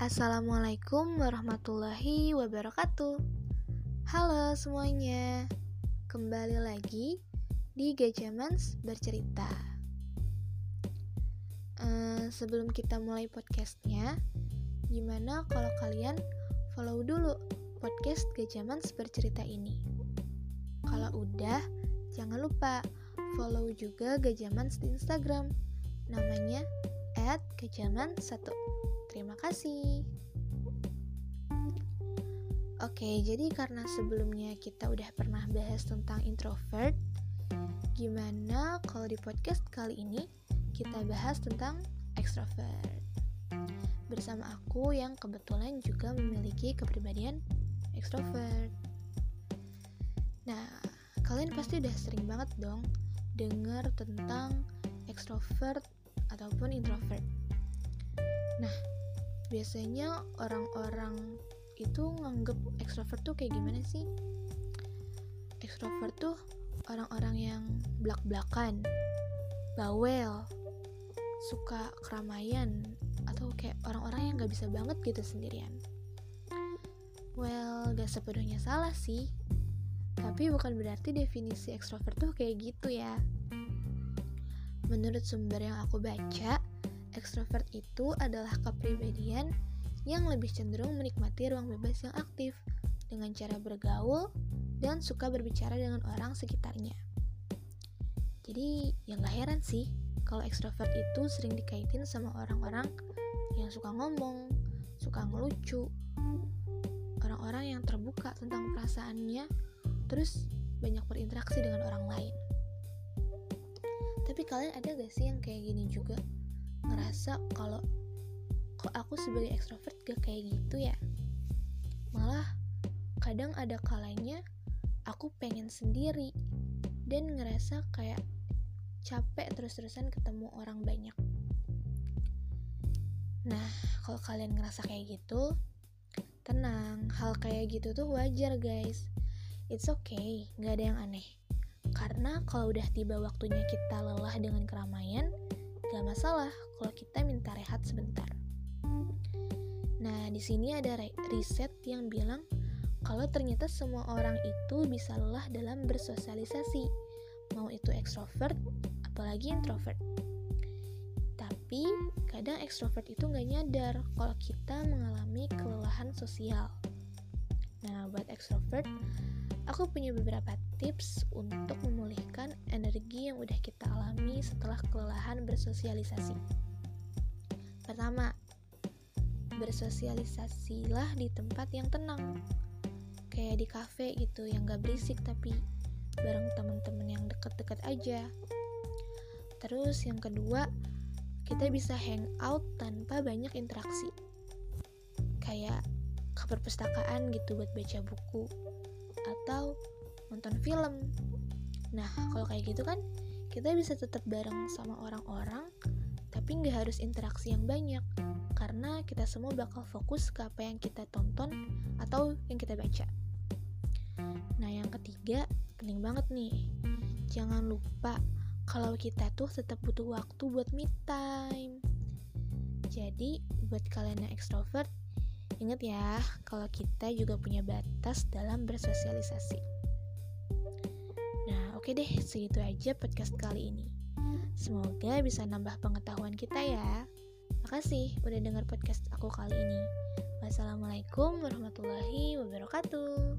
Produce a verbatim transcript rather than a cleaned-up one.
Assalamualaikum warahmatullahi wabarakatuh. Halo semuanya, kembali lagi di Gajamans Bercerita. uh, Sebelum kita mulai podcastnya, gimana kalau kalian follow dulu podcast Gajamans Bercerita ini? Kalau udah, jangan lupa follow juga Gajamans di Instagram, namanya et gajaman satu. Terima kasih. Oke, jadi karena sebelumnya kita udah pernah bahas tentang introvert, gimana kalau di podcast kali ini kita bahas tentang extrovert bersama aku yang kebetulan juga memiliki kepribadian extrovert. Nah, kalian pasti udah sering banget dong dengar tentang extrovert ataupun introvert. Nah, biasanya orang-orang itu nganggep extrovert tuh kayak gimana sih? Extrovert tuh orang-orang yang blak-blakan, bawel, suka keramaian, atau kayak orang-orang yang gak bisa banget gitu sendirian. Well, gak sepenuhnya salah sih, tapi bukan berarti definisi extrovert tuh kayak gitu ya. Menurut sumber yang aku baca, extrovert itu adalah kepribadian yang lebih cenderung menikmati ruang bebas yang aktif dengan cara bergaul dan suka berbicara dengan orang sekitarnya. Jadi ya gak heran sih kalau extrovert itu sering dikaitin sama orang-orang yang suka ngomong, suka ngelucu, orang-orang yang terbuka tentang perasaannya, terus banyak berinteraksi dengan orang lain. Tapi kalian ada gak sih yang kayak gini juga? Ngerasa kalau kok aku sebagai extrovert gak kayak gitu ya? Malah kadang ada kalanya aku pengen sendiri dan ngerasa kayak capek terus-terusan ketemu orang banyak. Nah, kalau kalian ngerasa kayak gitu, tenang, hal kayak gitu tuh wajar guys. It's okay, gak ada yang aneh. Karena kalau udah tiba waktunya kita lelah dengan keramaian, gak masalah kalau kita minta rehat sebentar. Nah, di sini ada riset yang bilang kalau ternyata semua orang itu bisa lelah dalam bersosialisasi, mau itu extrovert, apalagi introvert. Tapi kadang extrovert itu gak nyadar kalau kita mengalami kelelahan sosial. Nah, buat extrovert, aku punya beberapa tips untuk memulihkan energi yang udah kita alami setelah kelelahan bersosialisasi. Pertama, bersosialisasilah di tempat yang tenang, kayak di kafe gitu, yang gak berisik tapi bareng teman-teman yang deket-deket aja. Terus yang kedua, kita bisa hangout tanpa banyak interaksi, kayak ke perpustakaan gitu buat baca buku atau nonton film. Nah, kalau kayak gitu kan kita bisa tetap bareng sama orang-orang tapi nggak harus interaksi yang banyak karena kita semua bakal fokus ke apa yang kita tonton atau yang kita baca. Nah, yang ketiga penting banget nih, jangan lupa kalau kita tuh tetap butuh waktu buat me time. Jadi buat kalian yang extrovert, ingat ya kalau kita juga punya batas dalam bersosialisasi. Nah, oke deh, segitu aja podcast kali ini. Semoga bisa nambah pengetahuan kita ya. Makasih udah dengar podcast aku kali ini. Wassalamualaikum warahmatullahi wabarakatuh.